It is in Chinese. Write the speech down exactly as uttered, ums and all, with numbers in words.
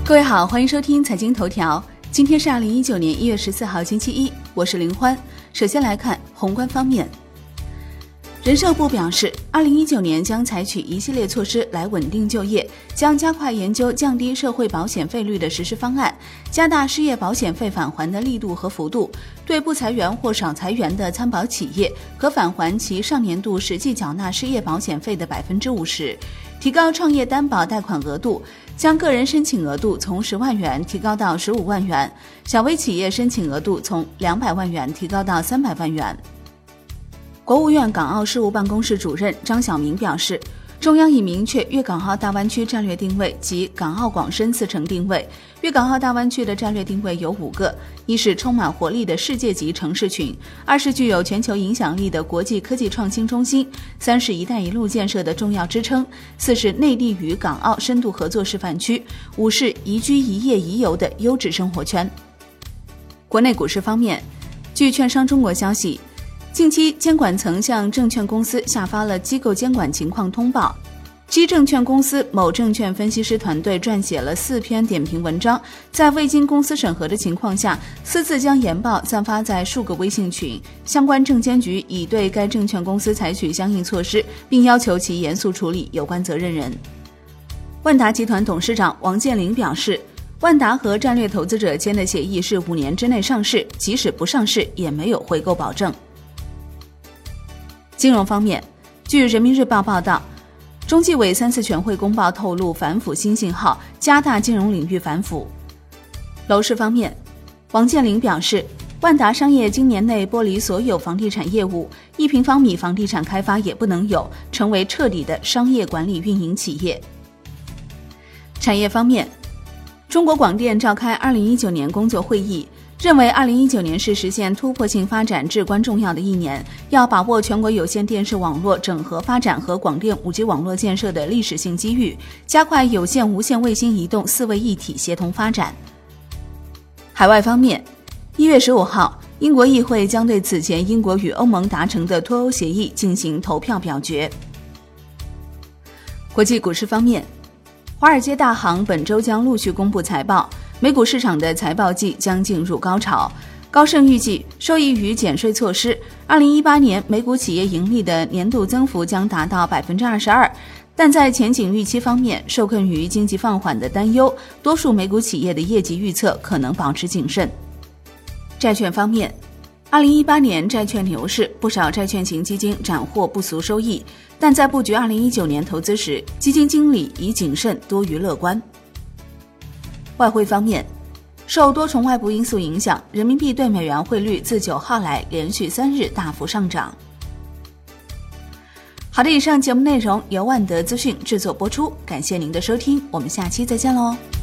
各位好，欢迎收听财经头条。今天是二零一九年一月十四号星期一，我是林欢。首先来看宏观方面。人社部表示，二零一九年将采取一系列措施来稳定就业，将加快研究降低社会保险费率的实施方案，加大失业保险费返还的力度和幅度，对不裁员或少裁员的参保企业可返还其上年度实际缴纳失业保险费的百分之五十，提高创业担保贷款额度，将个人申请额度从十万元提高到十五万元，小微企业申请额度从两百万元提高到三百万元。国务院港澳事务办公室主任张晓明表示，中央已明确粤港澳大湾区战略定位及港澳广深四城定位。粤港澳大湾区的战略定位有五个：一是充满活力的世界级城市群；二是具有全球影响力的国际科技创新中心；三是一带一路建设的重要支撑；四是内地与港澳深度合作示范区；五是宜居宜业宜游的优质生活圈。国内股市方面，据券商中国消息，近期监管层向证券公司下发了机构监管情况通报。基证券公司某证券分析师团队撰写了四篇点评文章，在未经公司审核的情况下，私自将研报散发在数个微信群，相关证监局已对该证券公司采取相应措施，并要求其严肃处理有关责任人。万达集团董事长王健林表示，万达和战略投资者签的协议是五年之内上市，即使不上市也没有回购保证。金融方面，据人民日报报道，中纪委三次全会公报透露反腐新信号，加大金融领域反腐。楼市方面，王健林表示，万达商业今年内剥离所有房地产业务，一平方米房地产开发也不能有，成为彻底的商业管理运营企业。产业方面，中国广电召开二零一九年工作会议，认为二零一九年是实现突破性发展至关重要的一年，要把握全国有线电视网络整合发展和广电 五 G 网络建设的历史性机遇，加快有线无线卫星移动四位一体协同发展。海外方面，一月十五号，英国议会将对此前英国与欧盟达成的脱欧协议进行投票表决。国际股市方面，华尔街大行本周将陆续公布财报，美股市场的财报季将进入高潮。高盛预计，受益于减税措施，二零一八年美股企业盈利的年度增幅将达到 百分之二十二， 但在前景预期方面，受困于经济放缓的担忧，多数美股企业的业绩预测可能保持谨慎。债券方面，二零一八年债券牛市，不少债券型基金斩获不俗收益，但在布局二零一九年投资时，基金经理以谨慎多于乐观。外汇方面，受多重外部因素影响，人民币对美元汇率自九号来连续三日大幅上涨。好的，以上节目内容由万德资讯制作播出，感谢您的收听，我们下期再见喽。